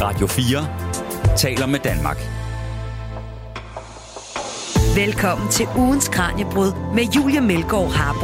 Radio 4 taler med Danmark. Velkommen til ugens Kraniebrud med Julie Melgaard Harbo.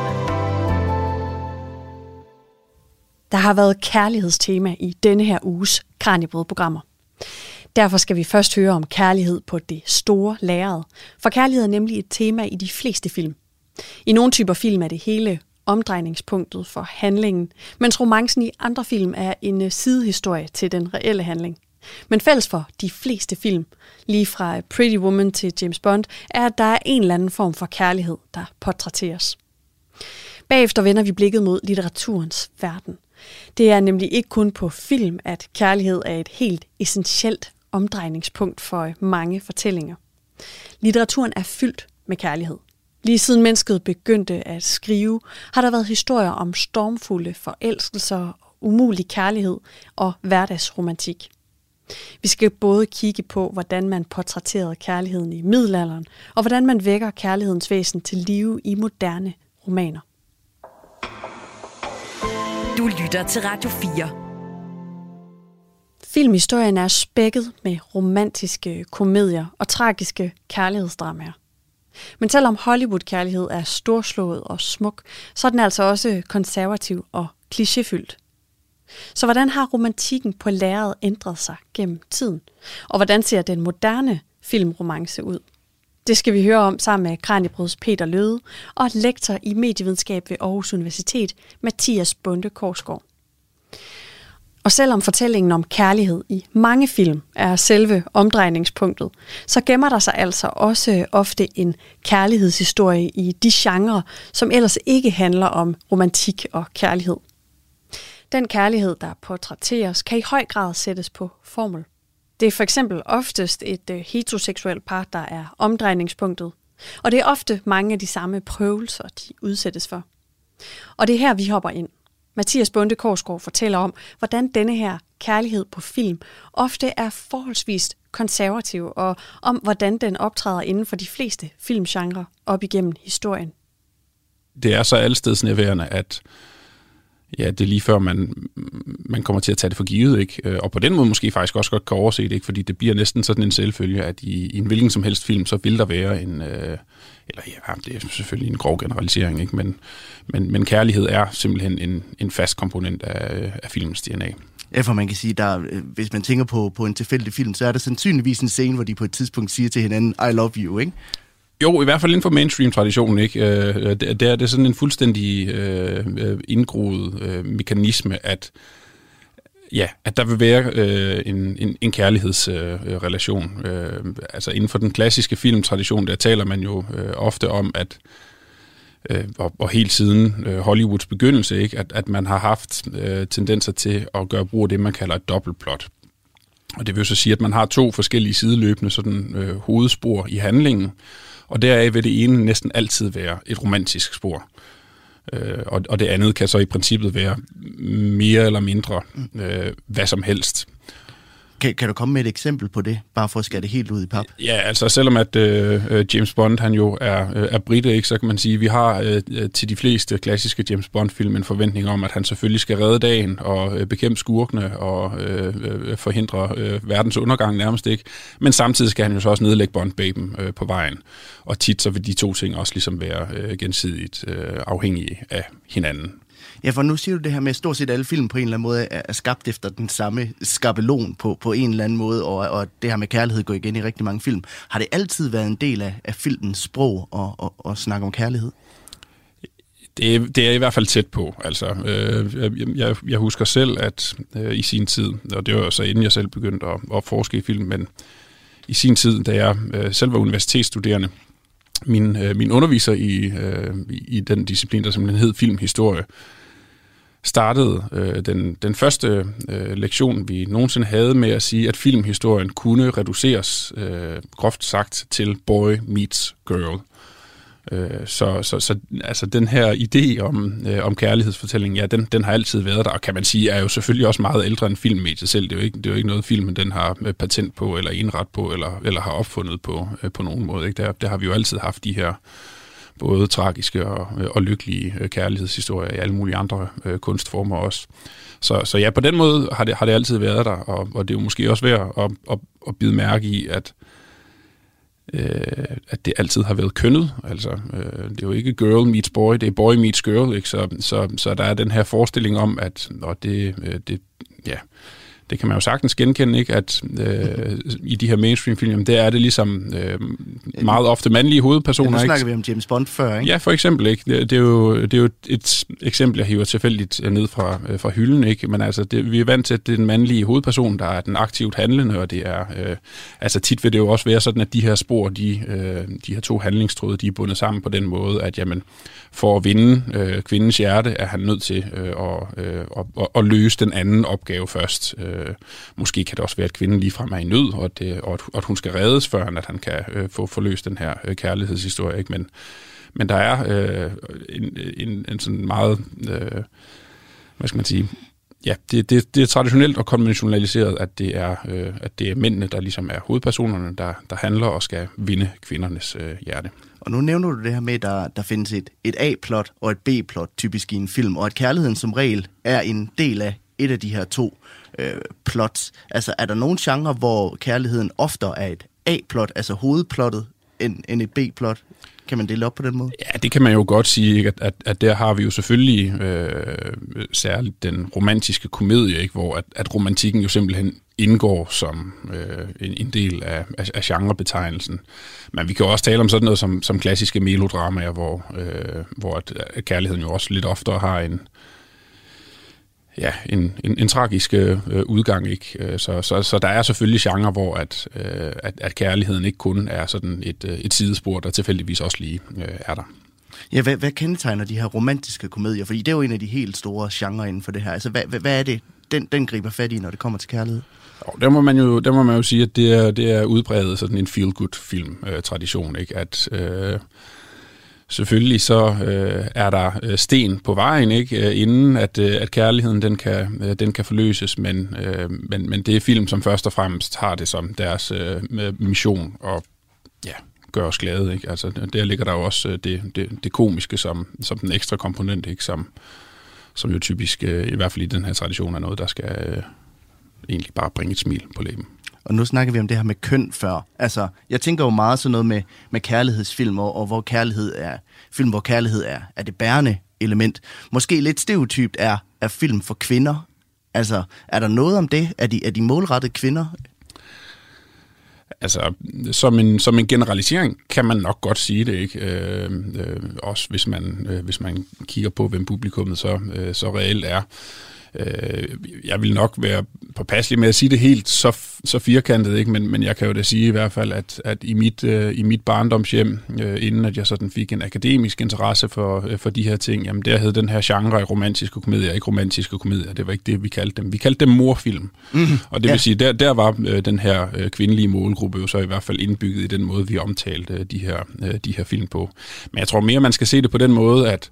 Der har været kærlighedstema i denne her uges Kraniebrud-programmer. Derfor skal vi først høre om kærlighed på det store lærred, for kærlighed er nemlig et tema i de fleste film. I nogle typer film er det hele omdrejningspunktet for handlingen, mens romancen i andre film er en sidehistorie til den reelle handling. Men fælles for de fleste film, lige fra Pretty Woman til James Bond, er, at der er en eller anden form for kærlighed, der portrætteres. Bagefter vender vi blikket mod litteraturens verden. Det er nemlig ikke kun på film, at kærlighed er et helt essentielt omdrejningspunkt for mange fortællinger. Litteraturen er fyldt med kærlighed. Lige siden mennesket begyndte at skrive, har der været historier om stormfulde forelskelser, umulig kærlighed og hverdagsromantik. Vi skal både kigge på, hvordan man portrætterede kærligheden i middelalderen, og hvordan man vækker kærlighedens væsen til live i moderne romaner. Du lytter til Radio 4. Filmhistorien er spækket med romantiske komedier og tragiske kærlighedsdramaer. Men selvom Hollywood-kærlighed er storslået og smuk, så er den altså også konservativ og klichéfyldt. Så hvordan har romantikken på lærredet ændret sig gennem tiden? Og hvordan ser den moderne filmromance ud? Det skal vi høre om sammen med Kranjebruds Peter Løde og lektor i medievidenskab ved Aarhus Universitet, Mathias Bonde Korsgaard. Og selvom fortællingen om kærlighed i mange film er selve omdrejningspunktet, så gemmer der sig altså også ofte en kærlighedshistorie i de genrer, som ellers ikke handler om romantik og kærlighed. Den kærlighed, der portrætteres, kan i høj grad sættes på formel. Det er for eksempel oftest et heteroseksuelt par, der er omdrejningspunktet, og det er ofte mange af de samme prøvelser, de udsættes for. Og det er her, vi hopper ind. Mathias Bonde Korsgaard fortæller om, hvordan denne her kærlighed på film ofte er forholdsvis konservativ, og om hvordan den optræder inden for de fleste filmgenre op igennem historien. Det er så allestedsnærværende, at ja, det er lige før, man kommer til at tage det for givet, ikke? Og på den måde måske faktisk også godt kan overse det, ikke? Fordi det bliver næsten sådan en selvfølge, at i en hvilken som helst film, så vil der være en, eller ja, det er selvfølgelig en grov generalisering, ikke? Men kærlighed er simpelthen en fast komponent af filmens DNA. Ja, for man kan sige, hvis man tænker på en tilfældig film, så er der sandsynligvis en scene, hvor de på et tidspunkt siger til hinanden, I love you, ikke? Jo, i hvert fald inden for mainstream-traditionen, ikke? Det er sådan en fuldstændig indgroet mekanisme, at der vil være en kærlighedsrelation. Altså inden for den klassiske filmtradition, der taler man jo ofte om, at og helt siden Hollywoods begyndelse, ikke? At man har haft tendenser til at gøre brug af det, man kalder et dobbeltplot. Og det vil så sige, at man har to forskellige sideløbende sådan, hovedspor i handlingen, og deraf vil det ene næsten altid være et romantisk spor. Og det andet kan så i princippet være mere eller mindre hvad som helst. Kan du komme med et eksempel på det, bare for at skære det helt ud i pap? Ja, altså selvom at James Bond han jo er brite, ikke, så kan man sige, at vi har til de fleste klassiske James Bond-film en forventning om, at han selvfølgelig skal redde dagen og bekæmpe skurkene og forhindre verdens undergang nærmest ikke. Men samtidig skal han jo så også nedlægge Bond-babyen på vejen. Og tit så vil de to ting også ligesom være gensidigt afhængige af hinanden. Ja, for nu siger du det her med, at stort set alle film på en eller anden måde er skabt efter den samme skabelon på en eller anden måde, og det her med kærlighed går igen i rigtig mange film. Har det altid været en del af filmens sprog og snakke om kærlighed? Det er i hvert fald tæt på. Altså, jeg husker selv, at i sin tid, og det var så inden jeg selv begyndte at forske i film, men i sin tid, da jeg selv var universitetsstuderende, min underviser i den disciplin, der simpelthen hed filmhistorie, startede den første lektion, vi nogensinde havde med at sige, at filmhistorien kunne reduceres, groft sagt, til boy meets girl. Så altså den her idé om kærlighedsfortællingen, ja, den har altid været der, og kan man sige, er jo selvfølgelig også meget ældre end filmmediet selv. Det er jo ikke noget filmen, den har patent på, eller indret på, eller har opfundet på nogen måde. Ikke? Det har vi jo altid haft de her både tragiske og lykkelige kærlighedshistorier i alle mulige andre kunstformer også. Så ja, på den måde har det altid været der, og det er jo måske også værd at bide mærke i, at det altid har været kønnet. Altså, det er jo ikke girl meets boy, det er boy meets girl, ikke? Så der er den her forestilling om, at det kan man jo sagtens genkende, ikke? At i de her mainstream-film, der er det ligesom meget ofte mandlige hovedpersoner. Ja, nu snakker vi om James Bond før, ikke? Ja, for eksempel, ikke? Det er jo et eksempel, jeg hiver tilfældigt ned fra hylden, ikke? Men altså, vi er vant til, at det er den mandlige hovedperson, der er den aktivt handlende, og det er, altså tit vil det jo også være sådan, at de her spor, de her to handlingstråde, de er bundet sammen på den måde, at jamen, for at vinde kvindens hjerte, er han nødt til at løse den anden opgave først. Måske kan det også være, at kvinden ligefrem er i nød, og at hun skal reddes, før at han kan få forløst den her kærlighedshistorie. Ikke? Men der er en sådan meget, hvad skal man sige, ja, det er traditionelt og konventionaliseret, at det er mændene, der ligesom er hovedpersonerne, der handler og skal vinde kvindernes hjerte. Og nu nævner du det her med, at der findes et A-plot og et B-plot typisk i en film, og at kærligheden som regel er en del af et af de her to plots. Altså, er der nogle genrer, hvor kærligheden oftere er et A-plot, altså hovedplottet, end et B-plot? Kan man dele op på den måde? Ja, det kan man jo godt sige, at der har vi jo selvfølgelig særligt den romantiske komedie, ikke? Hvor at romantikken jo simpelthen indgår som en del af genrebetegnelsen. Men vi kan jo også tale om sådan noget som klassiske melodramaer, hvor at kærligheden jo også lidt oftere har en tragisk udgang, ikke? Så der er selvfølgelig genre, hvor at kærligheden ikke kun er sådan et sidespor, der tilfældigvis også lige er der. Ja, hvad kendetegner de her romantiske komedier? Fordi det er jo en af de helt store genrer inden for det her. Altså, hvad er det, den griber fat i, når det kommer til kærlighed? Der må man jo sige, at det er udbredet sådan en feel-good-film-tradition, ikke? At selvfølgelig så er der sten på vejen, ikke, inden at kærligheden den kan forløses, men det er film, som først og fremmest har det som deres mission at gøre os glade, ikke? Altså der ligger der jo også det komiske som den ekstra komponent, ikke, som jo typisk i hvert fald i den her tradition er noget, der skal egentlig bare bringe et smil på læben. Og nu snakker vi om det her med køn før. Altså, jeg tænker jo meget sådan noget med kærlighedsfilm, og hvor kærlighed er det bærende element. Måske lidt stereotypt er film for kvinder. Altså, er der noget om det? Er de målrettet kvinder? Altså, som en generalisering kan man nok godt sige det, ikke? Også hvis man kigger på, hvem publikummet så reelt er. Jeg vil nok være påpasselig med at sige det helt så firkantet, ikke? Men jeg kan jo da sige i hvert fald, at i mit barndomshjem, inden at jeg sådan fik en akademisk interesse for de her ting, jamen der hed den her genre i romantiske komedier, ikke romantiske komedier, det var ikke det, vi kaldte dem. Vi kaldte dem morfilm. Mm-hmm. Og det vil sige, der var den her kvindelige målgruppe jo så i hvert fald indbygget i den måde, vi omtalte de her film på. Men jeg tror mere, man skal se det på den måde, at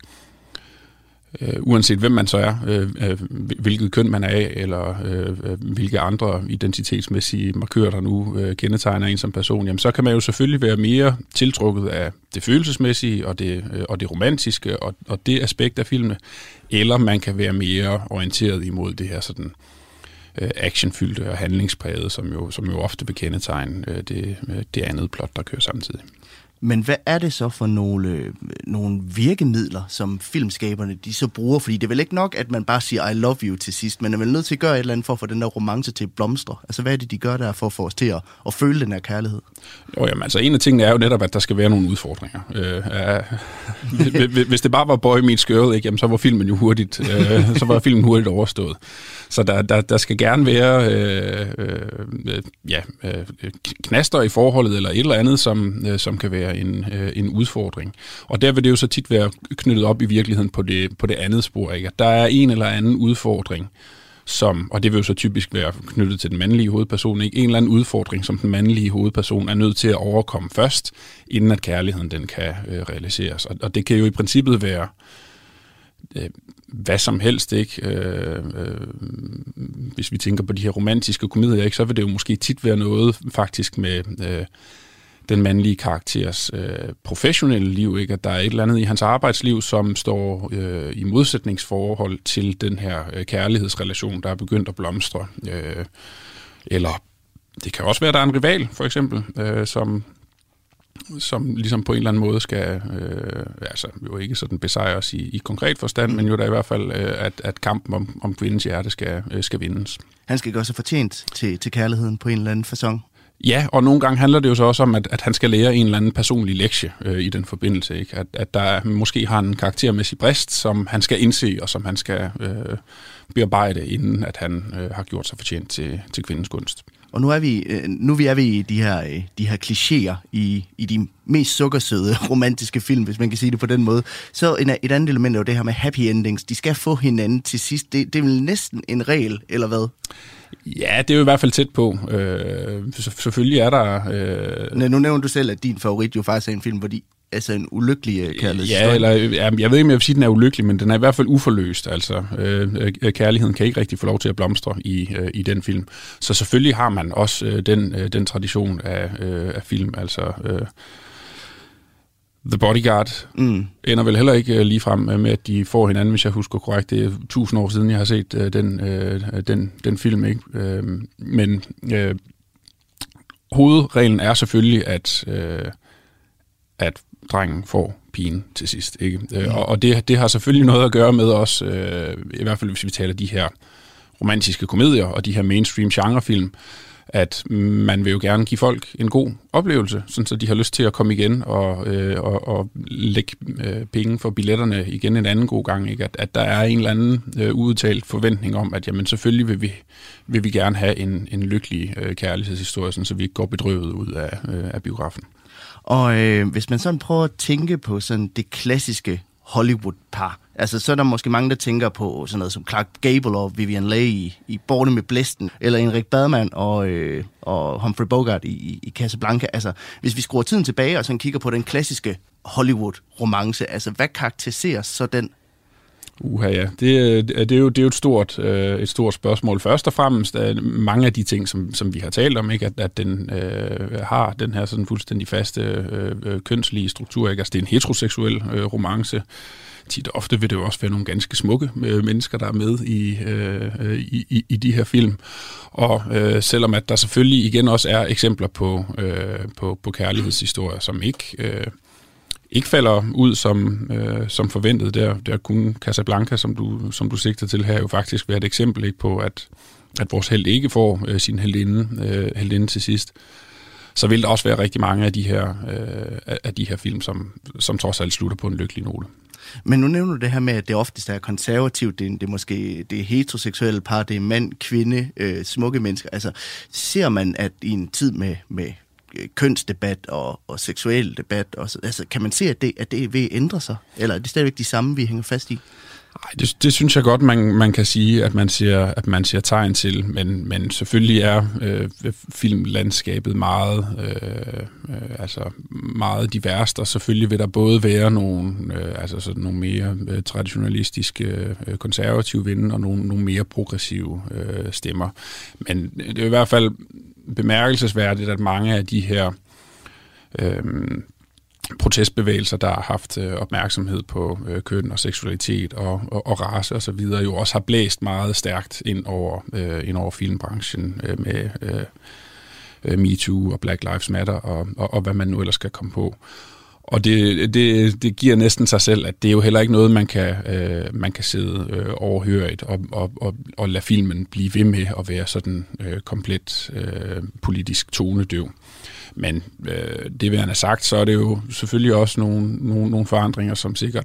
uanset hvem man så er, hvilket køn man er af, eller hvilke andre identitetsmæssige markører, der nu kendetegner en som person, jamen så kan man jo selvfølgelig være mere tiltrukket af det følelsesmæssige og det romantiske og det aspekt af filmene, eller man kan være mere orienteret imod det her sådan actionfyldte og handlingspræget, som jo ofte vil kendetegne det andet plot, der kører samtidig. Men hvad er det så for nogle virkemidler, som filmskaberne de så bruger? Fordi det er vel ikke nok, at man bare siger I love you til sidst, men er vel nødt til at gøre et eller andet for at få den der romance til at blomstre? Altså hvad er det, de gør der for at få os til at føle den her kærlighed? Jo, jamen altså en af tingene er jo netop, at der skal være nogle udfordringer. Hvis det bare var boy meets girl, ikke, jamen, så var filmen jo hurtigt, hurtigt overstået. Så der skal gerne være knaster i forholdet, eller et eller andet, som kan være en udfordring. Og der vil det jo så tit være knyttet op i virkeligheden på det andet spor, ikke? At der er en eller anden udfordring, og det vil jo så typisk være knyttet til den mandlige hovedperson, ikke? En eller anden udfordring, som den mandlige hovedperson er nødt til at overkomme først, inden at kærligheden den kan realiseres. Og det kan jo i princippet være hvad som helst, ikke? Hvis vi tænker på de her romantiske komedier, ikke, så vil det jo måske tit være noget faktisk med den mandlige karakters professionelle liv, ikke? At der er et eller andet i hans arbejdsliv, som står i modsætningsforhold til den her kærlighedsrelation, der er begyndt at blomstre. Eller det kan også være, at der er en rival, for eksempel, som ligesom på en eller anden måde skal, jo ikke sådan besejres i konkret forstand, men jo der i hvert fald, at kampen om kvindens hjerte skal vindes. Han skal gøre sig fortjent til kærligheden på en eller anden facon. Ja, og nogle gange handler det jo så også om, at han skal lære en eller anden personlig lektie i den forbindelse. Ikke? At der måske har en karaktermæssig brist, som han skal indse, og som han skal bearbejde, inden at han har gjort sig fortjent til kvindens gunst. Og nu er vi i de her klichéer i de mest sukkersøde romantiske film, hvis man kan sige det på den måde. Så et andet element er jo det her med happy endings. De skal få hinanden til sidst. Det er vel næsten en regel, eller hvad? Ja, det er jo i hvert fald tæt på. Selvfølgelig er der... Nu nævner du selv, at din favorit jo faktisk er en film, hvor de altså en ulykkelig kærlighedshistorie. Ja, eller jeg ved ikke, om jeg vil sige, at den er ulykkelig, men den er i hvert fald uforløst. Altså, kærligheden kan ikke rigtig få lov til at blomstre i den film. Så selvfølgelig har man også den tradition af film. Altså, The Bodyguard ender vel heller ikke ligefrem med, at de får hinanden, hvis jeg husker korrekt. Det er 1000 år siden, jeg har set den film, ikke? Men hovedreglen er selvfølgelig, at drengen får pigen til sidst, ikke? Og det har selvfølgelig noget at gøre med os, i hvert fald hvis vi taler de her romantiske komedier og de her mainstream genrefilm, at man vil jo gerne give folk en god oplevelse, sådan så de har lyst til at komme igen og lægge penge for billetterne igen en anden god gang, ikke? At der er en eller anden udtalt forventning om, at jamen selvfølgelig vil vi gerne have en lykkelig kærlighedshistorie, sådan så vi ikke går bedrøvet ud af biografen. Og hvis man sådan prøver at tænke på sådan det klassiske Hollywood-par, altså så er der måske mange, der tænker på sådan noget som Clark Gable og Vivien Leigh i Borne med Blæsten, eller Ingrid Bergman og Humphrey Bogart i Casablanca. Altså, hvis vi skruer tiden tilbage og sådan kigger på den klassiske Hollywood-romance, altså hvad karakteriserer så den? Ja. Det er jo et stort spørgsmål. Først og fremmest er mange af de ting, som vi har talt om, ikke? At den har den her sådan fuldstændig faste kønslige struktur, ikke? Altså det er en heteroseksuel romance. Tit og ofte vil det jo også være nogle ganske smukke mennesker, der er med i de her film. Og selvom at der selvfølgelig igen også er eksempler på kærlighedshistorier, som ikke falder ud som forventet. Der kunne Casablanca, som du sigter til her, jo faktisk være et eksempel, ikke, på, at vores helt ikke får sin heldinde til sidst. Så vil der også være rigtig mange af de her film, som trods alt slutter på en lykkelig note. Men nu nævner du det her med, at det oftest er konservativt, det er måske det er heteroseksuelle par, det er mand, kvinde, smukke mennesker. Altså, ser man, at i en tid med kønsdebat og seksuel debat, altså, kan man se, at det er ved at ændre sig? Eller er det stadigvæk de samme, vi hænger fast i? Nej, det synes jeg godt, man kan sige, at man ser tegn til, men selvfølgelig er filmlandskabet meget meget diverst, og selvfølgelig vil der både være nogle mere traditionalistiske konservative vinde og nogle mere progressive stemmer. Men det er i hvert fald bemærkelsesværdigt, at mange af de her protestbevægelser, der har haft opmærksomhed på køn og seksualitet og race og så videre, jo også har blæst meget stærkt ind over filmbranchen med MeToo og Black Lives Matter og hvad man nu ellers skal komme på. Og det giver næsten sig selv, at det er jo heller ikke noget, man kan sidde overhørigt og lade filmen blive ved med at være sådan komplet politisk tonedøv. Men det værende sagt, så er det jo selvfølgelig også nogle forandringer, som sikkert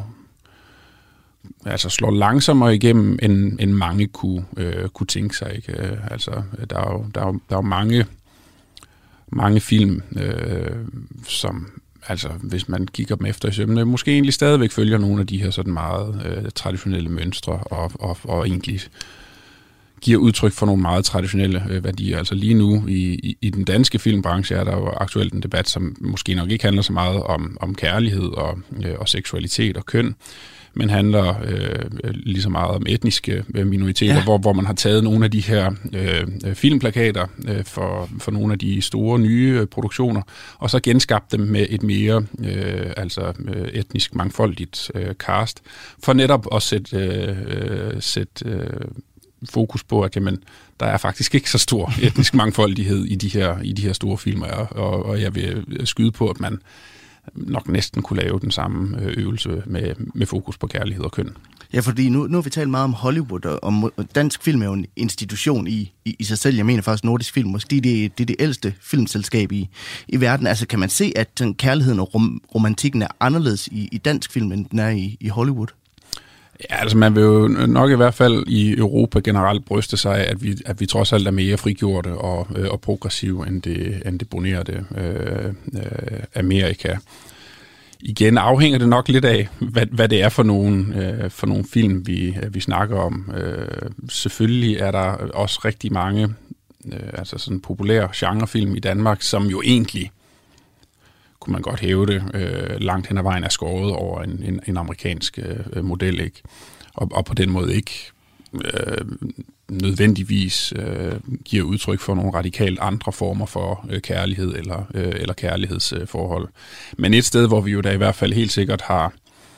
slår langsommere igennem, end mange kunne tænke sig. Ikke? Altså, der er jo mange film, som, altså, hvis man kigger dem efter i sømmene, måske egentlig stadigvæk følger nogle af de her sådan meget traditionelle mønstre og egentlig giver udtryk for nogle meget traditionelle værdier. Altså lige nu i den danske filmbranche er der jo aktuelt en debat, som måske nok ikke handler så meget om kærlighed og seksualitet og køn, men handler lige så meget om etniske minoriteter, hvor man har taget nogle af de her filmplakater for nogle af de store nye produktioner, og så genskabt dem med et mere etnisk mangfoldigt cast, for netop at sætte fokus på, at jamen, der er faktisk ikke så stor etnisk mangfoldighed i de her store filmer, og jeg vil skyde på, at man nok næsten kunne lave den samme øvelse med fokus på kærlighed og køn. Ja, fordi nu har vi talt meget om Hollywood, og dansk film er jo en institution i sig selv. Jeg mener faktisk, nordisk film, måske det er det ældste filmselskab i verden. Altså, kan man se, at den kærligheden og romantikken er anderledes i dansk film, end den er i Hollywood? Ja, altså man vil jo nok i hvert fald i Europa generelt bryste sig af, at vi trods alt er mere frigjorte og progressive end det bonerte Amerika. Igen afhænger det nok lidt af, hvad det er for nogle film, vi snakker om. Selvfølgelig er der også rigtig mange sådan populære genrefilm i Danmark, som jo egentlig, kunne man godt hæve det, langt hen ad vejen er skåret over en amerikansk model, ikke? Og på den måde ikke nødvendigvis giver udtryk for nogle radikalt andre former for kærlighed eller kærlighedsforhold. Men et sted, hvor vi jo da i hvert fald helt sikkert har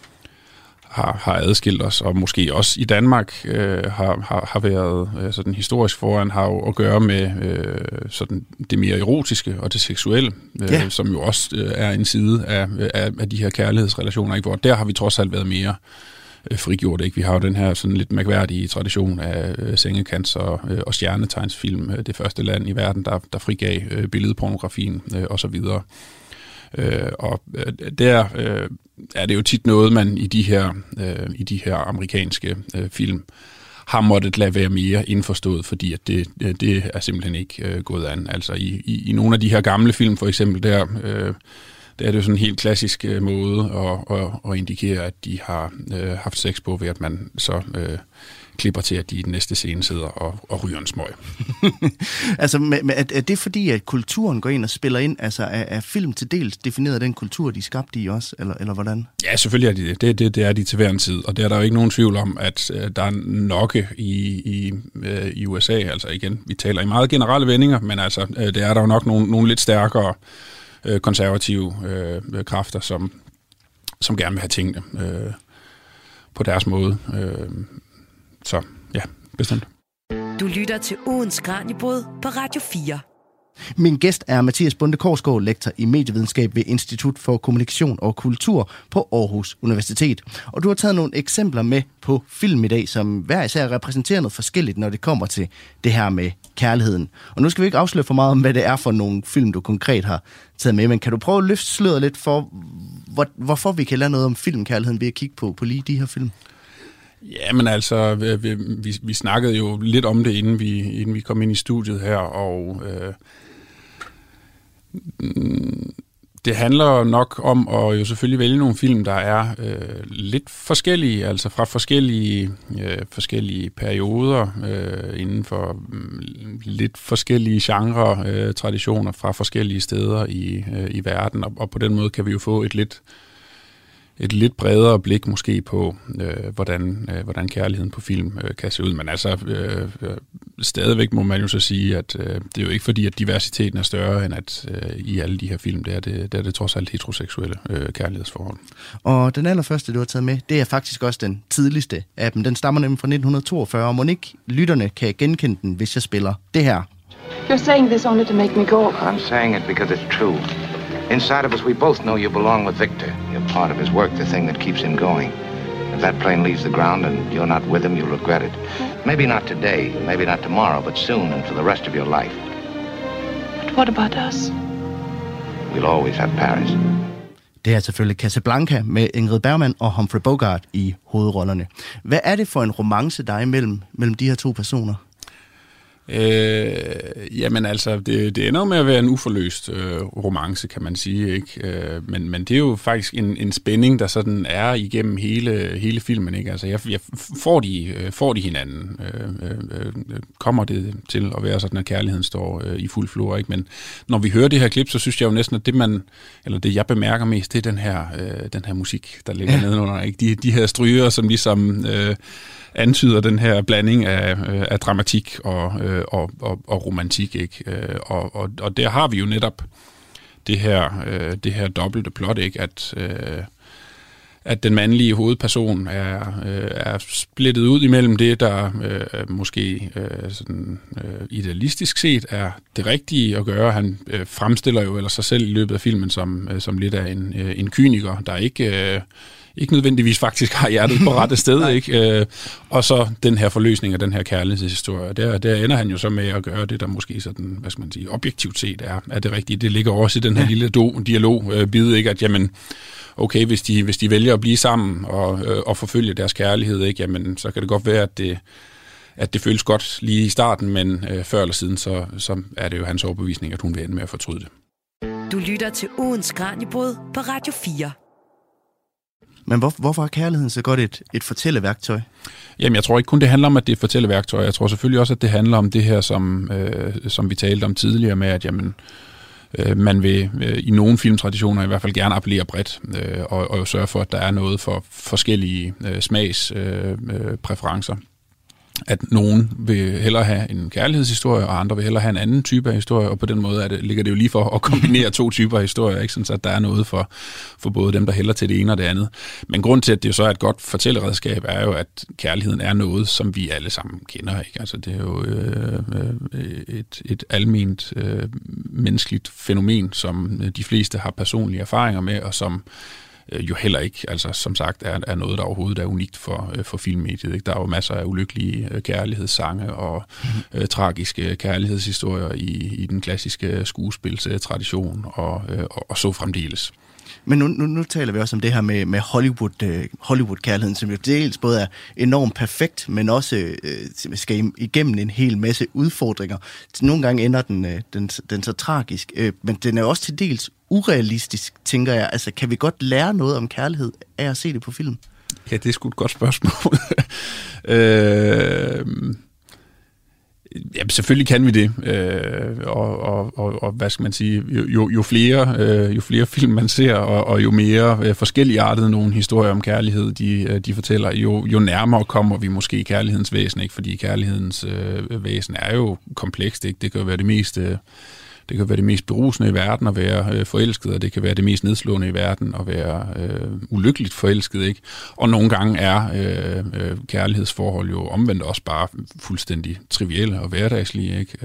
adskilt os, og måske også i Danmark har været sådan historisk foran, har jo at gøre med sådan det mere erotiske og det seksuelle, som jo også er en side af de her kærlighedsrelationer, ikke? Hvor der har vi trods alt været mere frigjort, ikke? Vi har jo den her sådan lidt mærkværdige tradition af sengekants og stjernetegnsfilm, det første land i verden, der frigav billedpornografien og så videre. Og der er det jo tit noget, man i de her amerikanske film har måttet lade være mere indforstået, fordi at det er simpelthen ikke gået an. Altså i nogle af de her gamle film, for eksempel, der er det jo sådan en helt klassisk måde at indikere, at de har haft sex på, ved at man så klipper til, at de i den næste scene sidder og ryger en smøg. Altså, er det fordi, at kulturen går ind og spiller ind? Altså, er film til dels defineret den kultur, de er skabt i også, eller hvordan? Ja, selvfølgelig er de det. Det er de til hver en tid, og der er der jo ikke nogen tvivl om, at der er nok i USA. Altså igen, vi taler i meget generelle vendinger, men altså, der er der jo nok nogle lidt stærkere konservative kræfter, som gerne vil have tingene på deres måde. Så ja, bestemt. Du lytter til ugens Kraniebrud på Radio 4. Min gæst er Mathias Bonde Korsgaard, lektor i medievidenskab ved Institut for Kommunikation og Kultur på Aarhus Universitet. Og du har taget nogle eksempler med på film i dag, som hver især repræsenterer noget forskelligt, når det kommer til det her med kærligheden. Og nu skal vi ikke afsløre for meget om, hvad det er for nogle film, du konkret har taget med, men kan du prøve at løfte sløret lidt for, hvorfor vi kan lære noget om filmkærligheden ved at kigge på lige de her film? Ja, men altså, vi snakkede jo lidt om det, inden vi kom ind i studiet her, og det handler nok om at jo selvfølgelig vælge nogle film, der er lidt forskellige, altså fra forskellige perioder inden for lidt forskellige genre, traditioner fra forskellige steder i verden, og på den måde kan vi jo få et lidt bredere blik måske på, hvordan kærligheden på film kan se ud. Men altså, stadigvæk må man jo så sige, at det er jo ikke fordi, at diversiteten er større, end at i alle de her film, der er det trods alt heteroseksuelle kærlighedsforhold. Og den allerførste, du har taget med, det er faktisk også den tidligste af dem. Den stammer nemlig fra 1942, og Monique, lytterne kan genkende den, hvis jeg spiller det her. You're saying this only to make me go. I'm saying it because it's true. Inside of us, we both know you belong with Victor. You're part of his work, the thing that keeps him going. If that plane leaves the ground and you're not with him, you'll regret it. Maybe not today, maybe not tomorrow, but soon and for the rest of your life. But what about us? We'll always have Paris. Det er selvfølgelig Casablanca med Ingrid Bergman og Humphrey Bogart i hovedrollerne. Hvad er det for en romance, der er mellem de her to personer? Jamen altså, det ender med at være en uforløst romance, kan man sige, ikke? Men det er jo faktisk en spænding, der sådan er igennem hele filmen, ikke? Altså, jeg får de hinanden? Kommer det til at være sådan, at kærligheden står i fuld flor, ikke? Men når vi hører det her klip, så synes jeg jo næsten, at det jeg bemærker mest, det er den her musik, der ligger nedenunder, ikke? De her stryger, som ligesom antyder den her blanding af dramatik og romantik, ikke? Og der har vi jo netop det her dobbelte plot, ikke? At den mandlige hovedperson er splittet ud imellem det, der måske sådan idealistisk set er det rigtige at gøre. Han fremstiller jo ellers sig selv i løbet af filmen som lidt af en kyniker, der ikke nødvendigvis faktisk har hjertet på rette sted, ikke? Og så den her forløsning af den her kærlighedshistorie. Der ender han jo så med at gøre det, der måske sådan, hvad skal man sige, objektivt set er det rigtige. Det ligger også i den her lille dialogbid, ikke? At jamen, okay, hvis de vælger at blive sammen og forfølge deres kærlighed, ikke? Jamen, så kan det godt være, at det føles godt lige i starten, men før eller siden, så er det jo hans overbevisning, at hun vil ende med at fortryde det. Du lytter til ugens Kraniebrud på Radio 4. Men hvorfor er kærligheden så godt et fortælleværktøj? Jamen, jeg tror ikke kun, det handler om, at det er et fortælleværktøj. Jeg tror selvfølgelig også, at det handler om det her, som vi talte om tidligere med, at jamen, man vil i nogle filmtraditioner i hvert fald gerne appellere bredt og sørge for, at der er noget for forskellige smagspræferencer. At nogen vil hellere have en kærlighedshistorie, og andre vil hellere have en anden type af historie, og på den måde ligger det jo lige for at kombinere to typer af historier, ikke? Sådan, så der er noget for både dem, der hælder til det ene og det andet. Men grund til, at det jo så er et godt fortælleredskab, er jo, at kærligheden er noget, som vi alle sammen kender, ikke? Altså, det er jo et alment menneskeligt fænomen, som de fleste har personlige erfaringer med, og som jo heller ikke, altså som sagt, er noget, der overhovedet er unikt for filmmediet, ikke? Der er jo masser af ulykkelige kærlighedssange og tragiske kærlighedshistorier i den klassiske skuespilstradition og så fremdeles. Men nu taler vi også om det her med Hollywood-kærligheden, som jo dels både er enormt perfekt, men også skal igennem en hel masse udfordringer. Nogle gange ender den så tragisk, men den er også til dels urealistisk, tænker jeg. Altså, kan vi godt lære noget om kærlighed af at se det på film? Ja, det er sgu et godt spørgsmål. Ja, selvfølgelig kan vi det, og hvad skal man sige, jo flere film man ser, og jo mere forskelligartede nogle historier om kærlighed, de fortæller, jo nærmere kommer vi måske kærlighedens væsen, ikke? Fordi kærlighedens væsen er jo komplekst, ikke? Det kan jo være det mest berusende i verden at være forelsket, og det kan være det mest nedslående i verden at være ulykkeligt forelsket, ikke? Og nogle gange er kærlighedsforhold jo omvendt også bare fuldstændig trivielle og hverdagslige, ikke?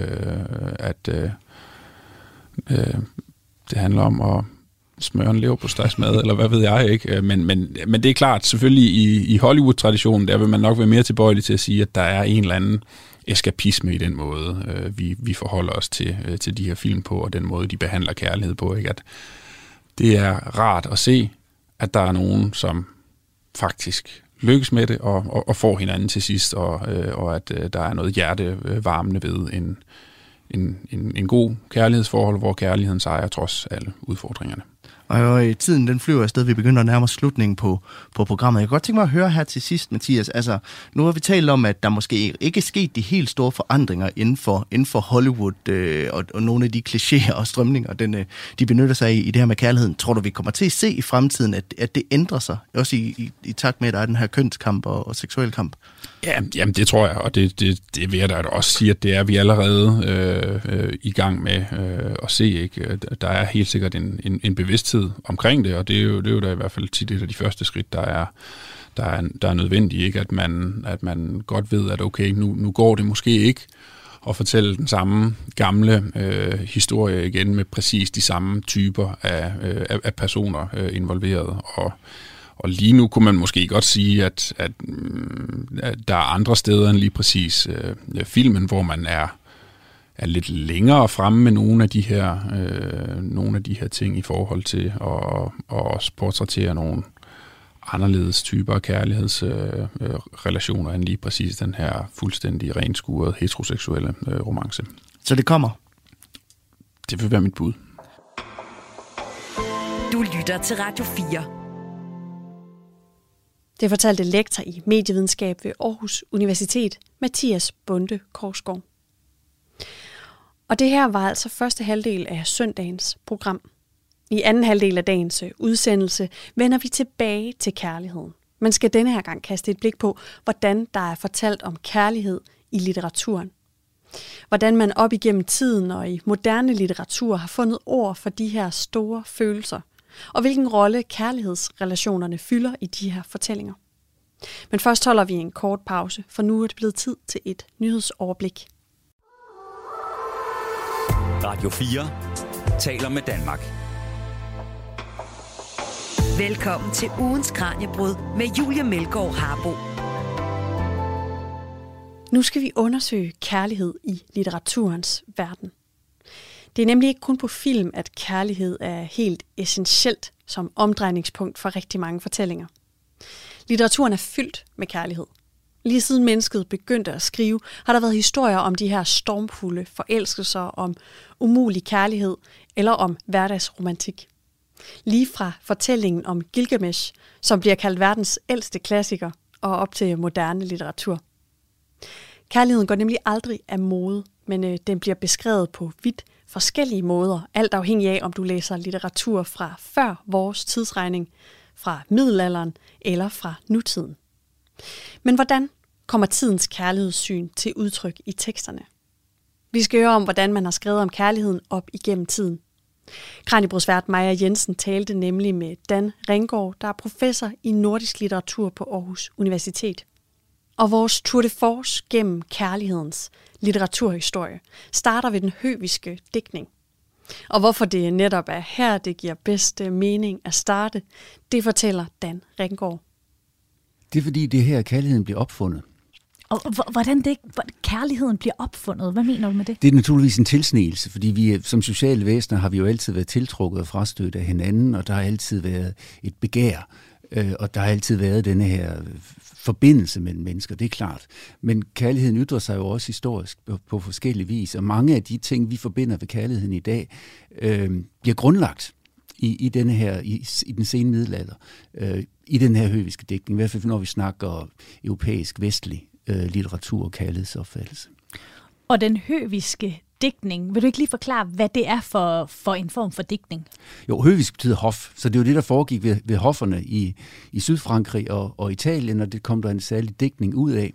Det handler om at smøre en leverpostejsmad, eller hvad ved jeg, ikke? Men det er klart, selvfølgelig i Hollywood-traditionen, der vil man nok være mere tilbøjelig til at sige, at der er en eller anden eskapisme i den måde, vi forholder os til de her film på, og den måde, de behandler kærlighed på, ikke? At det er rart at se, at der er nogen, som faktisk lykkes med det, og får hinanden til sidst, og at der er noget hjertevarmende ved en god kærlighedsforhold, hvor kærligheden sejrer trods alle udfordringerne. Og tiden den flyver afsted, vi begynder at nærme os slutningen på programmet. Jeg kan godt tænke mig at høre her til sidst, Mathias. Altså, nu har vi talt om, at der måske ikke er sket de helt store forandringer inden for Hollywood, og nogle af de klichéer og strømninger, de benytter sig i det her med kærligheden. Tror du, vi kommer til at se i fremtiden, at det ændrer sig? Også i takt med, at der er den her kønskamp og seksuel kamp? Ja, jamen det tror jeg, og det vil jeg da også sige, at det er vi allerede i gang med at se, ikke? Der er helt sikkert en bevidsthed omkring det, og det er jo da i hvert fald tit et af de første skridt, der er nødvendigt, ikke? At man godt ved, at okay, nu går det måske ikke at fortælle den samme gamle historie igen med præcis de samme typer af personer involveret, og lige nu kunne man måske godt sige, at der er andre steder end lige præcis filmen, hvor man er lidt længere fremme med nogle af de her ting i forhold til at også portrættere nogle anderledes typer af kærlighedsrelationer end lige præcis den her fuldstændig renskurede heteroseksuelle romance. Så det kommer? Det vil være mit bud. Du lytter til Radio 4. Det fortalte lektor i medievidenskab ved Aarhus Universitet, Mathias Bonde Korsgaard. Og det her var altså første halvdel af søndagens program. I anden halvdel af dagens udsendelse vender vi tilbage til kærligheden. Man skal denne her gang kaste et blik på, hvordan der er fortalt om kærlighed i litteraturen. Hvordan man op igennem tiden og i moderne litteratur har fundet ord for de her store følelser, og hvilken rolle kærlighedsrelationerne fylder i de her fortællinger. Men først holder vi en kort pause, for nu er det blevet tid til et nyhedsoverblik. Radio 4 taler med Danmark. Velkommen til ugens Kraniebrud med Julie Melgaard Harbo. Nu skal vi undersøge kærlighed i litteraturens verden. Det er nemlig ikke kun på film, at kærlighed er helt essentielt som omdrejningspunkt for rigtig mange fortællinger. Litteraturen er fyldt med kærlighed. Lige siden mennesket begyndte at skrive, har der været historier om de her stormfulde forelskelser, om umulig kærlighed eller om hverdagsromantik. Lige fra fortællingen om Gilgamesh, som bliver kaldt verdens ældste klassiker, og op til moderne litteratur. Kærligheden går nemlig aldrig af mode, men den bliver beskrevet på vidt forskellige måder, alt afhængig af, om du læser litteratur fra før vores tidsregning, fra middelalderen eller fra nutiden. Men hvordan kommer tidens kærlighedssyn til udtryk i teksterne? Vi skal høre om, hvordan man har skrevet om kærligheden op igennem tiden. Kranjebrudsvært Maja Jensen talte nemlig med Dan Ringgaard, der er professor i nordisk litteratur på Aarhus Universitet. Og vores tour de force gennem kærlighedens litteraturhistorie starter ved den høviske digtning. Og hvorfor det netop er her, det giver bedst mening at starte, det fortæller Dan Ringgaard. Det er fordi, det her kærligheden bliver opfundet. Og hvordan kærligheden bliver opfundet? Hvad mener du med det? Det er naturligvis en tilsnigelse, fordi vi som sociale væsener har vi jo altid været tiltrukket og frastødt af hinanden, og der har altid været et begær, og der har altid været denne her forbindelse mellem mennesker, det er klart. Men kærligheden ytrer sig jo også historisk på forskellige vis, og mange af de ting, vi forbinder ved kærligheden i dag, bliver grundlagt i denne her, i den sene middelalder, i den her høviske digtning, i hvert fald når vi snakker europæisk vestlig litteratur og kærlighedsopfattelse. Og den høviske digtning, vil du ikke lige forklare, hvad det er for en form for digtning? Jo, høvisk betyder hof, så det er jo det, der foregik ved hofferne i Sydfrankrig og Italien, og det kom der en særlig digtning ud af.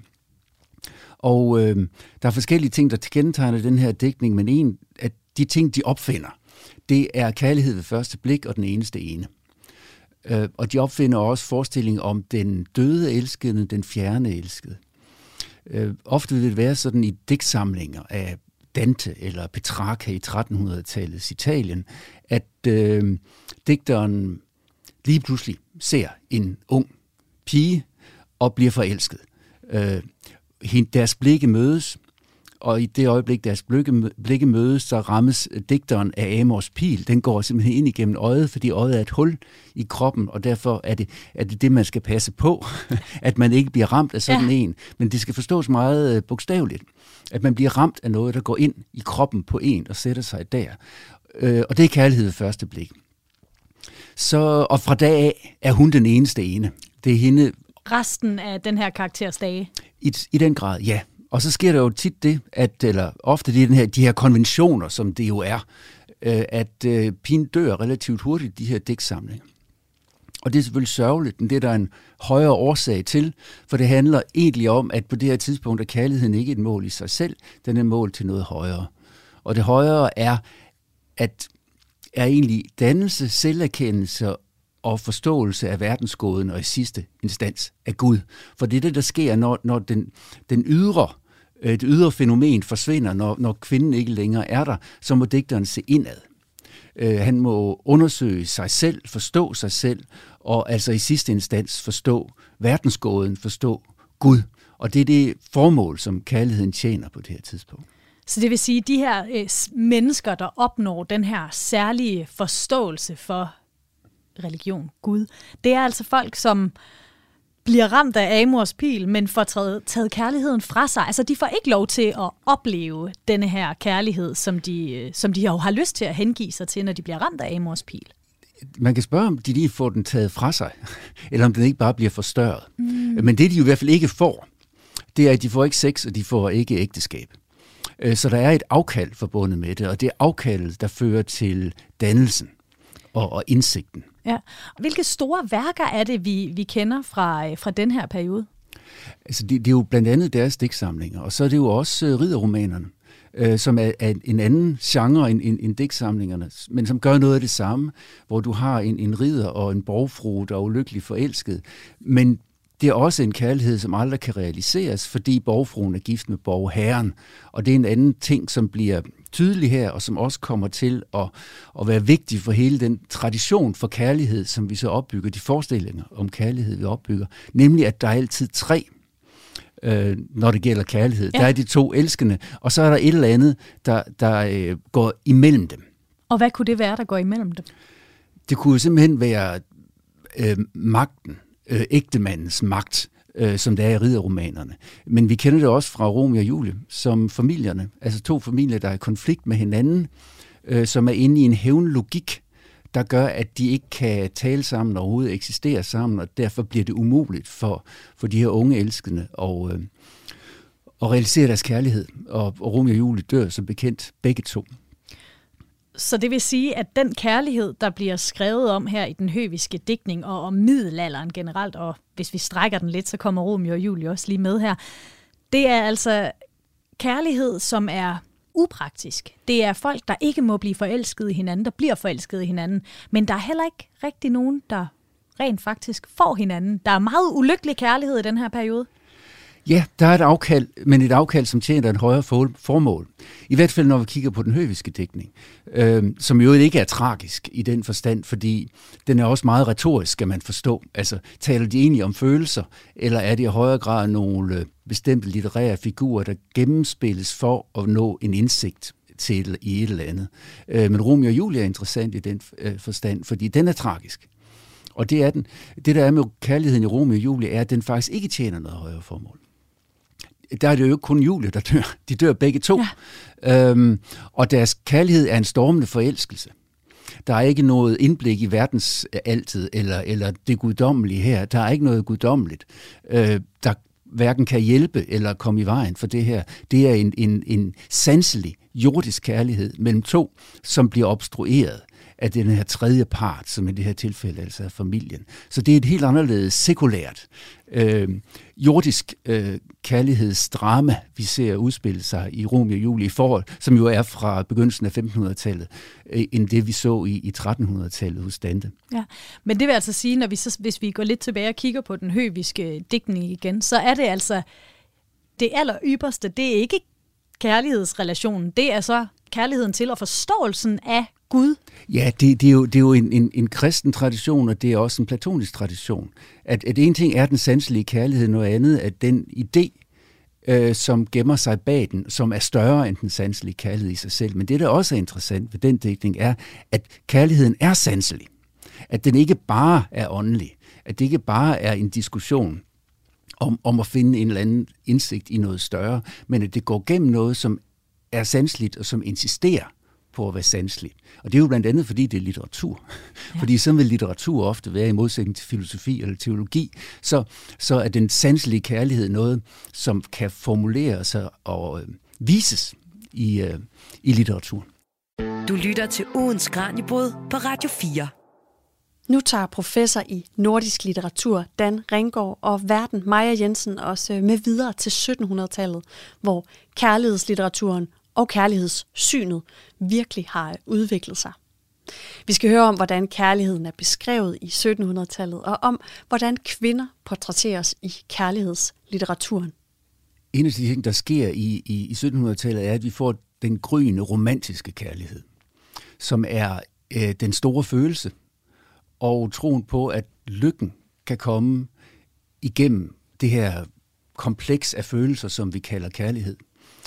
Og der er forskellige ting, der kendetegner den her digtning, men en af de ting, de opfinder, det er kærlighed ved første blik og den eneste ene. Og de opfinder også forestilling om den døde elskede, den fjerne elskede. Ofte vil det være sådan i digtsamlinger af Dante eller Petrarca i 1300-tallets Italien, at digteren lige pludselig ser en ung pige og bliver forelsket. Deres blikke mødes, og i det øjeblik, deres blikke mødes, så rammes digteren af Amors pil. Den går simpelthen ind igennem øjet, fordi øjet er et hul i kroppen, og derfor er det, man skal passe på, at man ikke bliver ramt af sådan en. Men det skal forstås meget bogstaveligt, at man bliver ramt af noget, der går ind i kroppen på en og sætter sig der. Og det er kærlighed ved første blik. Og fra dag af er hun den eneste ene. Det er hende. Resten af den her karakters dage? I den grad, ja. Og så sker der jo tit det, eller ofte det er de her konventioner, som det jo er, at pigen dør relativt hurtigt, de her digtsamlinger. Og det er selvfølgelig sørgeligt, men det er der en højere årsag til, for det handler egentlig om, at på det her tidspunkt er kærligheden ikke et mål i sig selv, den er et mål til noget højere. Og det højere er egentlig dannelse, selverkendelse og forståelse af verdensgåden og i sidste instans af Gud. For det er det, der sker, når det ydre fænomen forsvinder, når kvinden ikke længere er der, så må digteren se indad. Han må undersøge sig selv, forstå sig selv, og altså i sidste instans forstå verdensgåden, forstå Gud. Og det er det formål, som kærligheden tjener på det her tidspunkt. Så det vil sige, at de her mennesker, der opnår den her særlige forståelse for religion, Gud. Det er altså folk, som bliver ramt af Amors pil, men får taget kærligheden fra sig. Altså, de får ikke lov til at opleve denne her kærlighed, som de jo har lyst til at hengive sig til, når de bliver ramt af Amors pil. Man kan spørge, om de lige får den taget fra sig, eller om den ikke bare bliver forstørret. Men det, de jo i hvert fald ikke får, det er, at de får ikke sex, og de får ikke ægteskab. Så der er et afkald forbundet med det, og det er afkaldet, der fører til dannelsen og indsigten. Ja. Hvilke store værker er det, vi kender fra den her periode? Altså, det er jo blandt andet deres digtsamlinger, og så er det jo også ridderromanerne, som er en anden genre end digtsamlingerne, men som gør noget af det samme, hvor du har en ridder og en borgfrue, der er ulykkelig forelsket, men det er også en kærlighed, som aldrig kan realiseres, fordi borgfruen er gift med borgherren, og det er en anden ting, som bliver tydelig her, og som også kommer til at være vigtig for hele den tradition for kærlighed, som vi så opbygger, de forestillinger om kærlighed, vi opbygger, nemlig at der er altid tre, når det gælder kærlighed. Ja. Der er de to elskende, og så er der et eller andet, der går imellem dem. Og hvad kunne det være, der går imellem dem? Det kunne jo simpelthen være magten, ægtemandens magt, som det er i ridderromanerne. Men vi kender det også fra Romeo og Julie, som familierne, altså to familier, der er i konflikt med hinanden, som er inde i en hævnlogik, der gør, at de ikke kan tale sammen og overhovedet eksistere sammen, og derfor bliver det umuligt for de her unge elskende at realisere deres kærlighed. Og Romeo og Julie dør som bekendt begge to. Så det vil sige, at den kærlighed, der bliver skrevet om her i den høviske digtning og om middelalderen generelt, og hvis vi strækker den lidt, så kommer Romeo og Julie også lige med her, det er altså kærlighed, som er upraktisk. Det er folk, der ikke må blive forelsket i hinanden, der bliver forelsket i hinanden, men der er heller ikke rigtig nogen, der rent faktisk får hinanden. Der er meget ulykkelig kærlighed i den her periode. Ja, der er et afkald, men et afkald, som tjener et højere formål. I hvert fald, når vi kigger på den høviske digtning, som jo ikke er tragisk i den forstand, fordi den er også meget retorisk, skal man forstå. Altså, taler de egentlig om følelser, eller er det i højere grad nogle bestemte litterære figurer, der gennemspilles for at nå en indsigt til i et eller andet. Men Romeo og Julie er interessant i den forstand, fordi den er tragisk. Og det er den. Det, der er med kærligheden i Romeo og Julie, er, at den faktisk ikke tjener noget højere formål. Der er det jo ikke kun Julie, der dør. De dør begge to. Ja. Og deres kærlighed er en stormende forelskelse. Der er ikke noget indblik i verdens altid, eller det guddommelige her. Der er ikke noget guddommeligt, der hverken kan hjælpe eller komme i vejen for det her. Det er en sanselig, jordisk kærlighed mellem to, som bliver obstrueret af den her tredje part, som i det her tilfælde altså er familien. Så det er et helt anderledes sekulært, jordisk kærlighedsdrama, vi ser udspille sig i Romeo og Julie i forhold, som jo er fra begyndelsen af 1500-tallet, end det vi så i 1300-tallet hos Dante. Ja, men det vil altså sige, hvis vi går lidt tilbage og kigger på den høviske digtning igen, så er det altså det allerypperste, det er ikke kærlighedsrelationen, det er så kærligheden til og forståelsen af Gud. Ja, det er jo en kristen tradition, og det er også en platonisk tradition. At en ting er den sanselige kærlighed, noget andet at den idé, som gemmer sig bag den, som er større end den sanselige kærlighed i sig selv. Men det, der også er interessant ved den digtning, er, at kærligheden er sanselig. At den ikke bare er åndelig. At det ikke bare er en diskussion om at finde en eller anden indsigt i noget større, men at det går gennem noget, som er sanseligt og som insisterer på at være sanselig. Og det er jo blandt andet, fordi det er litteratur. Ja. Fordi sådan vil litteratur ofte være i modsætning til filosofi eller teologi. Så er den sanselige kærlighed noget, som kan formuleres og vises i litteraturen. Du lytter til Ugens Kraniebrud på Radio 4. Nu tager professor i nordisk litteratur Dan Ringgaard og værten Maja Jensen også med videre til 1700-tallet, hvor kærlighedslitteraturen og kærlighedssynet virkelig har udviklet sig. Vi skal høre om, hvordan kærligheden er beskrevet i 1700-tallet, og om, hvordan kvinder portrætteres i kærlighedslitteraturen. En af de ting, der sker i 1700-tallet, er, at vi får den gryende romantiske kærlighed, som er den store følelse, og troen på, at lykken kan komme igennem det her kompleks af følelser, som vi kalder kærlighed.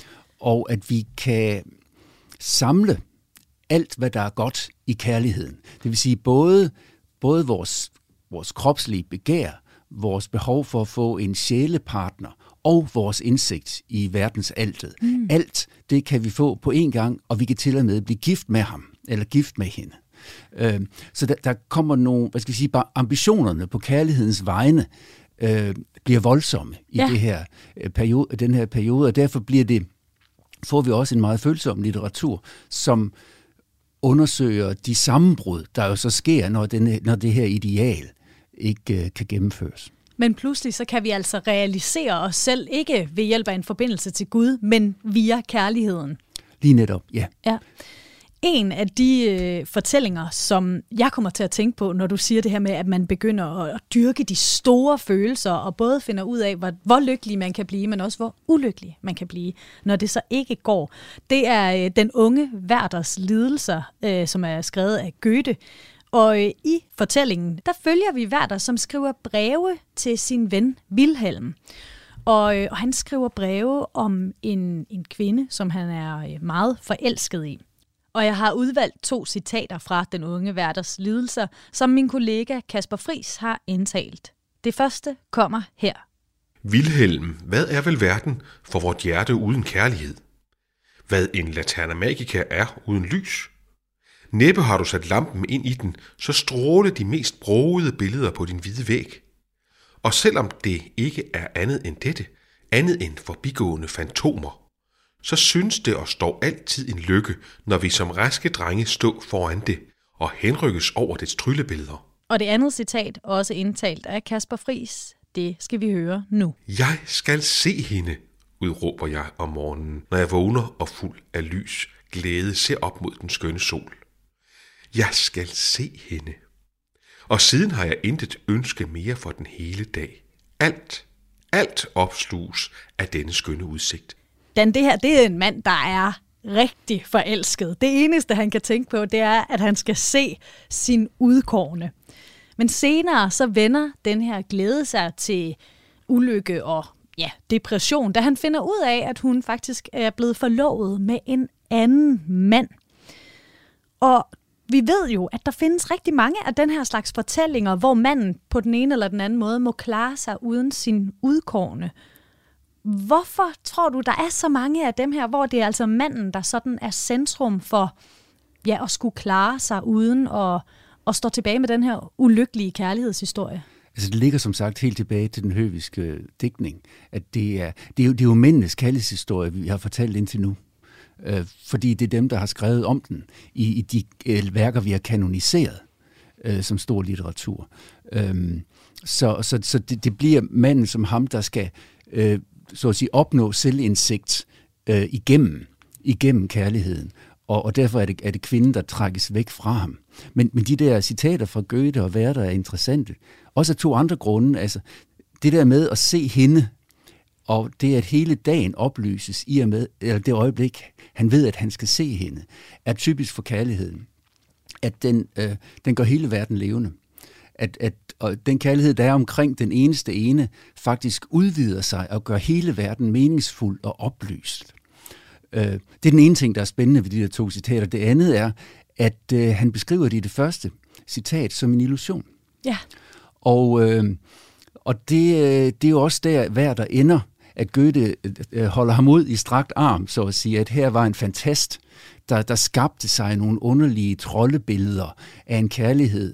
Og at vi kan samle alt, hvad der er godt i kærligheden. Det vil sige både både vores kropslige begær, vores behov for at få en sjælepartner og vores indsigt i verdens altet. Alt det kan vi få på én gang, og vi kan til og med blive gift med ham, eller gift med hende. Så der kommer nogle, bare ambitionerne på kærlighedens vegne bliver voldsomme i den her periode, og derfor får vi også en meget følsom litteratur, som undersøger de sammenbrud, der jo så sker, når det her ideal ikke kan gennemføres. Men pludselig så kan vi altså realisere os selv, ikke ved hjælp af en forbindelse til Gud, men via kærligheden. Lige netop, ja. En af de fortællinger, som jeg kommer til at tænke på, når du siger det her med, at man begynder at dyrke de store følelser, og både finder ud af, hvor lykkelig man kan blive, men også hvor ulykkelig man kan blive, når det så ikke går. Det er Den unge Werders lidelser, som er skrevet af Goethe. Og i fortællingen, der følger vi Werther, som skriver breve til sin ven Wilhelm. Og han skriver breve om en kvinde, som han er meget forelsket i. Og jeg har udvalgt 2 citater fra Den unge Werders lidelser, som min kollega Kasper Friis har indtalt. Det første kommer her. Wilhelm, hvad er vel verden for vort hjerte uden kærlighed? Hvad en laterna magica er uden lys? Næppe har du sat lampen ind i den, så stråler de mest brogede billeder på din hvide væg. Og selvom det ikke er andet end dette, andet end forbigående fantomer, så synes det os dog altid en lykke, når vi som raske drenge stå foran det og henrykkes over dets tryllebilleder. Og det andet citat, også indtalt af Kasper Friis, det skal vi høre nu. Jeg skal se hende, udråber jeg om morgenen, når jeg vågner og fuld af lys, glæde ser op mod den skønne sol. Jeg skal se hende. Og siden har jeg intet ønske mere for den hele dag. Alt opsluges af denne skønne udsigt. Det her, det er en mand, der er rigtig forelsket. Det eneste, han kan tænke på, det er, at han skal se sin udkårne. Men senere så vender den her glæde sig til ulykke og depression, da han finder ud af, at hun faktisk er blevet forlovet med en anden mand. Og vi ved jo, at der findes rigtig mange af den her slags fortællinger, hvor manden på den ene eller den anden måde må klare sig uden sin udkårne. Hvorfor tror du, der er så mange af dem her, hvor det er altså manden, der sådan er centrum for at skulle klare sig uden at stå tilbage med den her ulykkelige kærlighedshistorie? Altså det ligger som sagt helt tilbage til den høviske digtning, at det er jo mændenes kærlighedshistorie, vi har fortalt indtil nu. Fordi det er dem, der har skrevet om den i de værker, vi har kanoniseret som stor litteratur. Så det bliver manden som ham, der skal så at sige opnå selvindsigt igennem kærligheden. Og derfor er det kvinden, der trækkes væk fra ham. Men de der citater fra Goethe og Werther er interessante. Også af 2 andre grunde. Altså, det der med at se hende, og det at hele dagen oplyses i og med, eller det øjeblik, han ved, at han skal se hende, er typisk for kærligheden. At den gør hele verden levende. Og den kærlighed, der er omkring den eneste ene, faktisk udvider sig og gør hele verden meningsfuld og oplyst. Det er den ene ting, der er spændende ved de der 2 citater. Det andet er, at han beskriver det i det første citat som en illusion. Ja. Og det er jo også der, Werther ender, at Goethe holder ham ud i strakt arm, så at sige, at her var en fantast, der skabte sig nogle underlige troldebilleder af en kærlighed,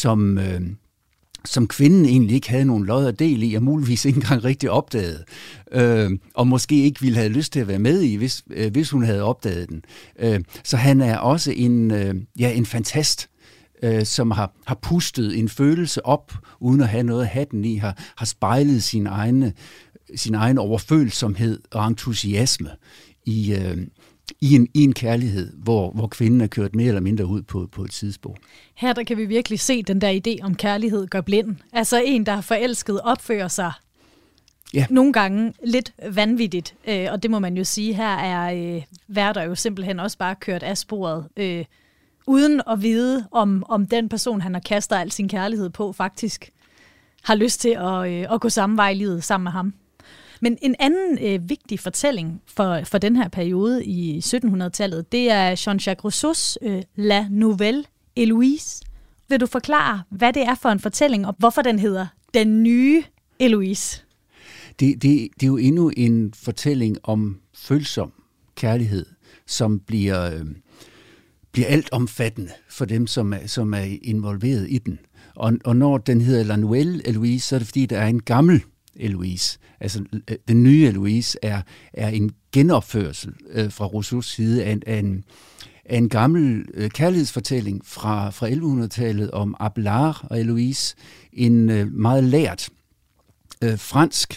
som kvinden egentlig ikke havde nogen lod og del i, og muligvis ikke engang rigtig opdaget, og måske ikke ville have lyst til at være med i, hvis hun havde opdaget den. Så han er også en fantast, som har pustet en følelse op, uden at have noget at have den i, har spejlet sin egen overfølsomhed og entusiasme i en kærlighed, hvor kvinden er kørt mere eller mindre ud på et sidespor. Her der kan vi virkelig se den der idé om kærlighed gør blind. Altså en, der er forelsket, opfører sig nogle gange lidt vanvittigt. Og det må man jo sige, her er Werther jo simpelthen også bare kørt af sporet, uden at vide, om den person, han har kastet al sin kærlighed på, faktisk har lyst til at gå samme vej i livet sammen med ham. Men en anden vigtig fortælling for den her periode i 1700-tallet, det er Jean-Jacques Rousseaus La Nouvelle Héloïse. Vil du forklare, hvad det er for en fortælling, og hvorfor den hedder Den nye Eloise? Det er jo endnu en fortælling om følsom kærlighed, som bliver altomfattende for dem, som er involveret i den. Og når den hedder La Nouvelle Eloise, så er det fordi, der er en gammel Eloise. Altså, den nye Eloise er en genopførsel fra Rousseaus side af en gammel kærlighedsfortælling fra 1100-tallet om Abélard og Eloise. En meget lært fransk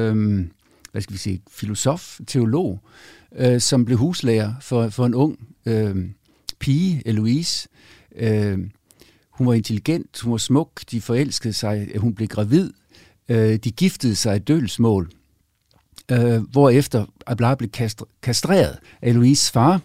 filosof, teolog, som blev huslærer for en ung pige, Eloise. Hun var intelligent, hun var smuk, de forelskede sig, hun blev gravid, de giftede sig i dølgsmål, hvorefter Abélard blev kastreret af Eloises far,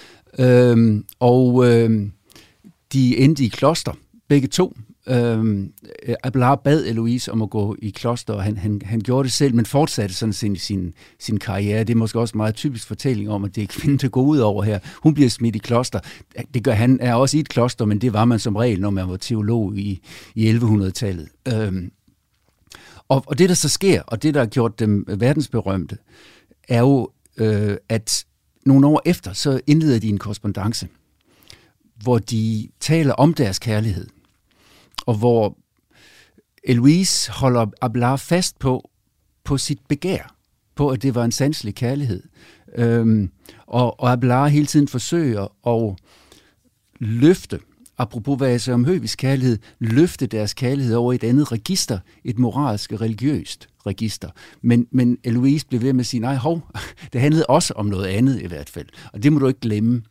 og de endte i kloster, begge to. Abélard bad Eloise om at gå i kloster, og han gjorde det selv, men fortsatte sådan sin karriere. Det er måske også en meget typisk fortælling om, at det er kvinden, der går ud over her. Hun bliver smidt i kloster. Det gør han, er også i et kloster, men det var man som regel, når man var teolog i 1100-tallet. Og det, der så sker, og det, der har gjort dem verdensberømte, er jo, at nogle år efter, så indleder de en korrespondance, hvor de taler om deres kærlighed, og hvor Eloise holder Abélard fast på sit begær, på at det var en sanselig kærlighed. Og Abélard hele tiden forsøger at løfte, apropos hvad jeg sagde om høvisk kærlighed, løfte deres kærlighed over et andet register, et moralsk og religiøst register. Men Eloise blev ved med at sige, nej, det handlede også om noget andet i hvert fald, og det må du ikke glemme.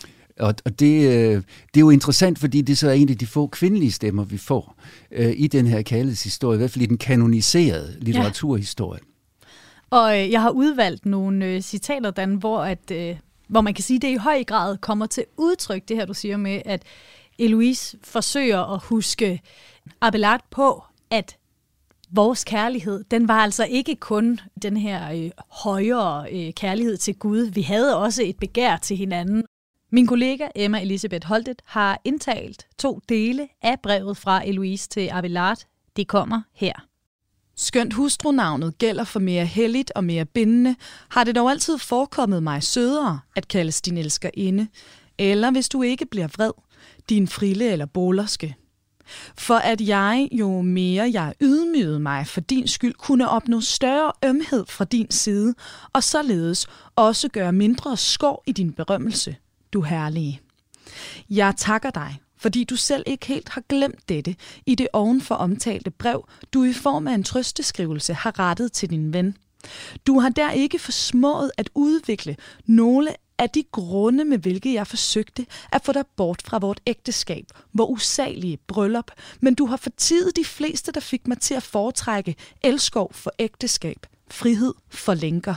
Og det er jo interessant, fordi det så er en af de få kvindelige stemmer, vi får i den her kærlighedshistorie, i hvert fald i den kanoniserede litteraturhistorie. Ja. Og jeg har udvalgt nogle citater, Dan, hvor man kan sige, at det i høj grad kommer til udtryk, det her du siger med, at Eloise forsøger at huske Abélard på, at vores kærlighed, den var altså ikke kun den her højere kærlighed til Gud. Vi havde også et begær til hinanden. Min kollega Emma Elisabeth Holtet har indtalt 2 dele af brevet fra Eloise til Abélard. Det kommer her. Skønt hustrunavnet gælder for mere helligt og mere bindende, har det dog altid forekommet mig sødere at kaldes din elskerinde, eller hvis du ikke bliver vred, din frille eller bolerske. For at jeg, jo mere jeg ydmygede mig for din skyld, kunne opnå større ømhed fra din side, og således også gøre mindre skår i din berømmelse, du herlige. Jeg takker dig, fordi du selv ikke helt har glemt dette i det ovenfor omtalte brev, du i form af en trøsteskrivelse har rettet til din ven. Du har der ikke forsmået at udvikle nogle af de grunde, med hvilke jeg forsøgte at få dig bort fra vort ægteskab, hvor usagelige bryllup, men du har fortiet de fleste, der fik mig til at foretrække elskov for ægteskab, frihed for lænker.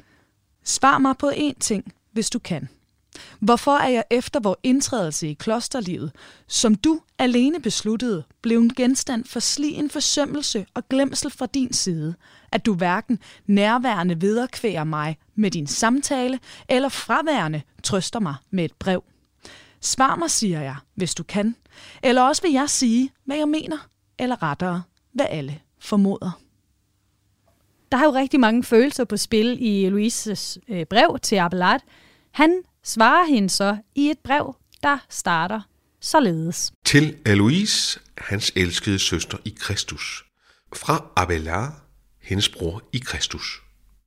Svar mig på én ting, hvis du kan. Hvorfor er jeg efter vor indtrædelse i klosterlivet, som du alene besluttede, blev en genstand for sligen forsømmelse og glemsel fra din side, at du hverken nærværende vederkvæger mig med din samtale, eller fraværende trøster mig med et brev? Svar mig, siger jeg, hvis du kan, eller også vil jeg sige, hvad jeg mener, eller rettere, hvad alle formoder. Der er jo rigtig mange følelser på spil i Eloises brev til Abélard. Han svarer hende så i et brev, der starter således. Til Eloise, hans elskede søster i Kristus. Fra Abélard, hendes bror i Kristus.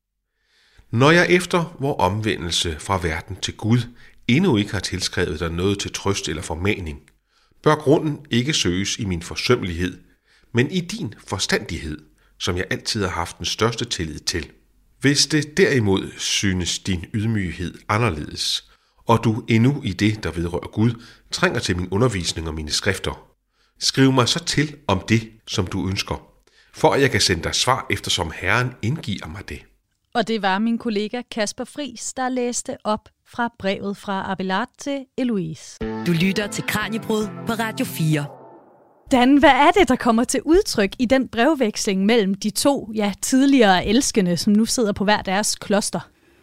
Når jeg efter vor omvendelse fra verden til Gud endnu ikke har tilskrevet dig noget til trøst eller formaning, bør grunden ikke søges i min forsømmelighed, men i din forstandighed, som jeg altid har haft den største tillid til. Hvis det derimod synes din ydmyghed anderledes, og du endnu i det, der vedrører Gud, trænger til min undervisning og mine skrifter, skriv mig så til om det, som du ønsker, for at jeg kan sende dig svar, eftersom Herren indgiver mig det. Og det var min kollega Kasper Friis, der læste op fra brevet fra Abélard til Eloise. Du lytter til Kraniebrud på Radio 4. Dan, hvad er det, der kommer til udtryk i den brevveksling mellem de 2 tidligere elskende, som nu sidder på hver deres kloster?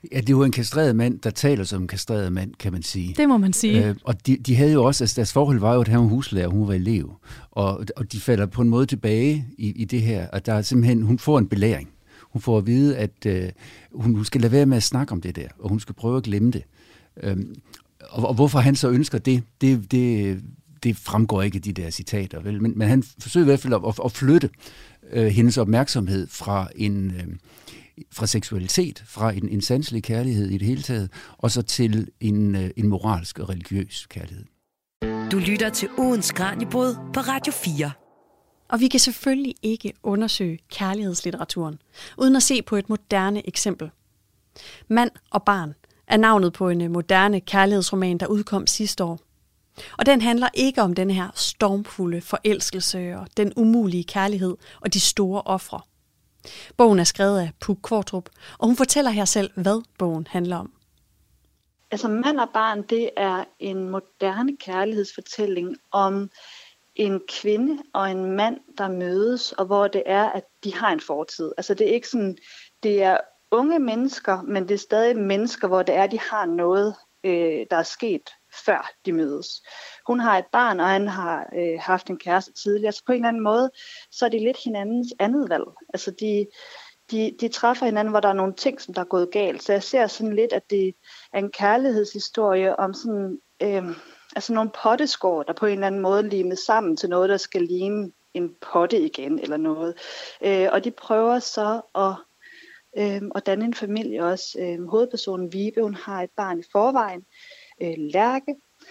Ja, det var en kastreret mand, der taler som en kastreret mand, kan man sige. Det må man sige. Og de havde jo også, altså deres forhold var jo, at han var huslærer, hun var elev. Og de falder på en måde tilbage i det her, og der er simpelthen, hun får en belæring. Hun får at vide, at hun skal lade være med at snakke om det der, og hun skal prøve at glemme det. Og hvorfor han så ønsker det fremgår ikke af de der citater, vel? Men han forsøger i hvert fald at flytte hendes opmærksomhed fra seksualitet, fra en sanselig kærlighed i det hele taget, og så til en moralsk og religiøs kærlighed. Du lytter til ugens Kraniebrud på Radio 4. Og vi kan selvfølgelig ikke undersøge kærlighedslitteraturen, uden at se på et moderne eksempel. Mand og barn er navnet på en moderne kærlighedsroman, der udkom sidste år. Og den handler ikke om den her stormfulde forelskelse og den umulige kærlighed og de store ofre. Bogen er skrevet af Puk Qvortrup, og hun fortæller her selv, hvad bogen handler om. Altså Mand og barn, det er en moderne kærlighedsfortælling om en kvinde og en mand, der mødes, og hvor det er, at de har en fortid. Altså det er ikke sådan, det er unge mennesker, men det er stadig mennesker, hvor det er, de har noget, der er sket før de mødes. Hun har et barn, og han har haft en kæreste tidligere, så på en eller anden måde, så er de lidt hinandens andet valg. Altså de træffer hinanden, hvor der er nogle ting, som der er gået galt. Så jeg ser sådan lidt, at det er en kærlighedshistorie om sådan, altså nogle potteskår, der på en eller anden måde limet sammen til noget, der skal ligne en potte igen, eller noget. Og de prøver så at danne en familie også. Hovedpersonen Vibe, hun har et barn i forvejen, Lærke,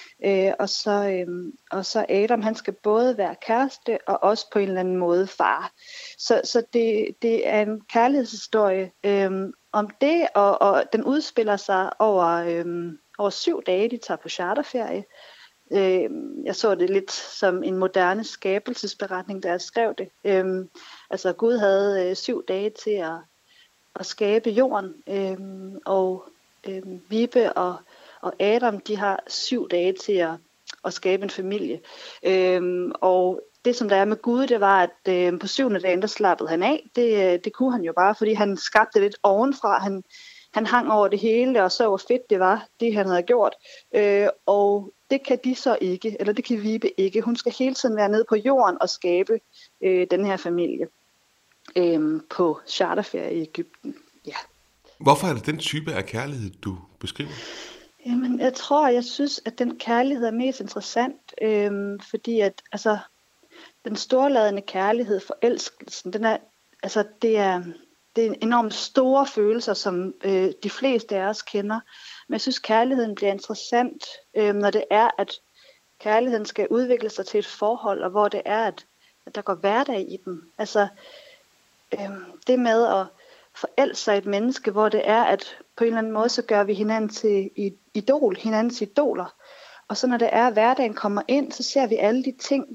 og så Adam, han skal både være kæreste og også på en eller anden måde far. Så det er en kærlighedshistorie om det, og den udspiller sig over 7 dage, de tager på charterferie. Jeg så det lidt som en moderne skabelsesberetning, da jeg skrev det. Altså Gud havde 7 dage til at skabe jorden, og Vibe og Adam, de har 7 dage til at skabe en familie. Og det, som der er med Gud, det var, at på 7. dagen, der slappede han af. Det kunne han jo bare, fordi han skabte lidt ovenfra. Han hang over det hele, og så hvor fedt det var, det han havde gjort. Og det kan de så ikke, eller det kan Vibe ikke. Hun skal hele tiden være nede på jorden og skabe den her familie på charterferie i Egypten. Ja. Hvorfor er det den type af kærlighed, du beskriver? Jamen, jeg synes, at den kærlighed er mest interessant, fordi at altså, den storladende kærlighed, forelskelsen, det er enormt store følelser, som de fleste af os kender. Men jeg synes, kærligheden bliver interessant, når det er, at kærligheden skal udvikle sig til et forhold, og hvor det er, at der går hverdag i den. Altså, det med at forelske sig et menneske, hvor det er, at på en eller anden måde, så gør vi hinanden til hinandens idoler. Og så når det er, at hverdagen kommer ind, så ser vi alle de ting,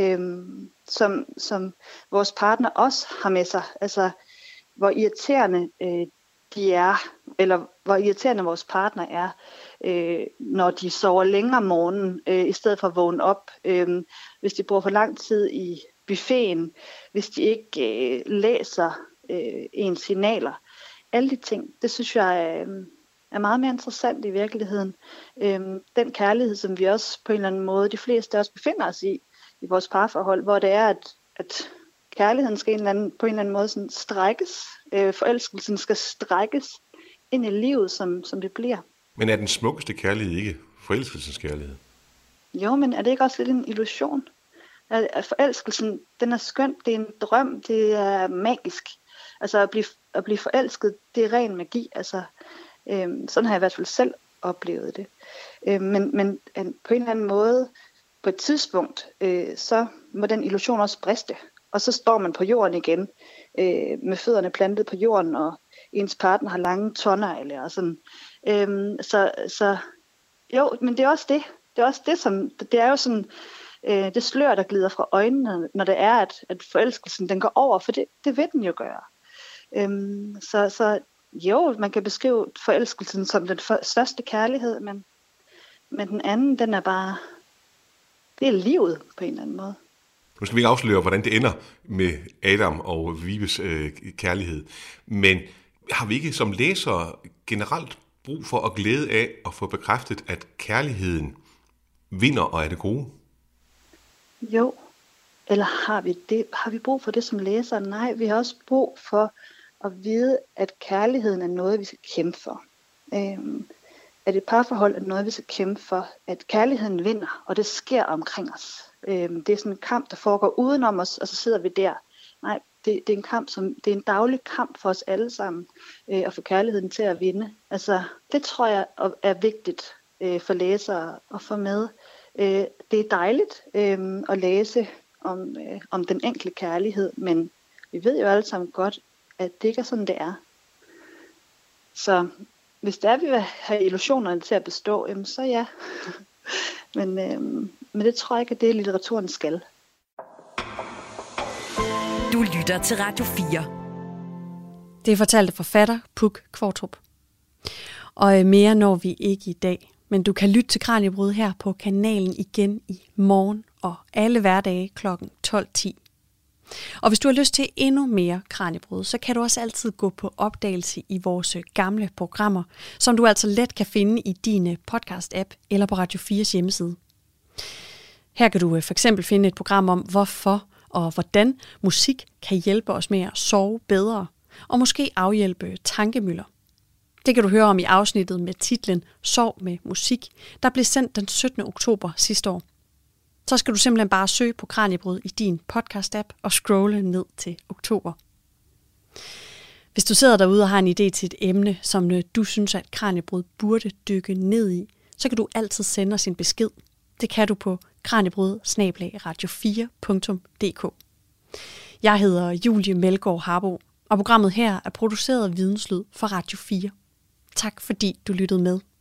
som vores partner også har med sig. Altså, hvor irriterende de er, eller hvor irriterende vores partner er, når de sover længere om morgenen, i stedet for at vågne op, hvis de bruger for lang tid i buffeten, hvis de ikke læser ens signaler. Alle de ting, det synes jeg er meget mere interessant i virkeligheden. Den kærlighed, som vi også på en eller anden måde, de fleste også befinder os i vores parforhold, hvor det er, at kærligheden skal på en eller anden måde sådan strækkes. Forelskelsen skal strækkes ind i livet, som det bliver. Men er den smukkeste kærlighed ikke forelskelsens kærlighed? Jo, men er det ikke også lidt en illusion? At forelskelsen, den er skøn, det er en drøm, det er magisk. Altså at blive forelsket, det er ren magi. Altså, sådan har jeg i hvert fald selv oplevet det. Men på en eller anden måde, på et tidspunkt, så må den illusion også briste. Og så står man på jorden igen, med fødderne plantet på jorden, og ens partner har lange tånegle og sådan. Så jo, men det er også det. Det er også det, som det er jo sådan det slør, der glider fra øjnene, når det er, at forelskelsen den går over, for det vil den jo gøre. Så jo, man kan beskrive forelskelsen som den største kærlighed, men den anden, den er bare, det er livet på en eller anden måde. Nu skal vi ikke afsløre, hvordan det ender med Adam og Vibes kærlighed, men har vi ikke som læsere generelt brug for at glæde af at få bekræftet, at kærligheden vinder og er det gode? Jo. Eller har vi brug for det som læsere? Nej, vi har også brug for at vide, at kærligheden er noget, vi skal kæmpe for. At et parforhold er noget, vi skal kæmpe for. At kærligheden vinder, og det sker omkring os. Det er sådan en kamp, der foregår udenom os, og så sidder vi der. Nej, det er en kamp, det er en daglig kamp for os alle sammen, at få kærligheden til at vinde. Altså, det tror jeg er vigtigt for læsere at få med. Det er dejligt at læse om den enkelte kærlighed, men vi ved jo alle sammen godt, at det ikke er sådan, det er. Så hvis det er, vi vil have illusionerne til at bestå, så ja. men det tror jeg ikke, at det litteraturen skal. Du lytter til Radio 4. Det fortalte forfatter Puk Kvartrup. Og mere når vi ikke i dag. Men du kan lytte til Kraniebrud her på kanalen igen i morgen og alle hverdage kl. 12:10. Og hvis du har lyst til endnu mere Kraniebrud, så kan du også altid gå på opdagelse i vores gamle programmer, som du altså let kan finde i din podcast-app eller på Radio 4's hjemmeside. Her kan du for eksempel finde et program om, hvorfor og hvordan musik kan hjælpe os med at sove bedre, og måske afhjælpe tankemylder. Det kan du høre om i afsnittet med titlen Sov med musik, der blev sendt den 17. oktober sidste år. Så skal du simpelthen bare søge på Kraniebrud i din podcast-app og scrolle ned til oktober. Hvis du sidder derude og har en idé til et emne, som du synes, at Kraniebrud burde dykke ned i, så kan du altid sende os en besked. Det kan du på kraniebrud@radio4.dk. Jeg hedder Julie Melgaard Harbo, og programmet her er produceret af Videnslyd for Radio 4. Tak fordi du lyttede med.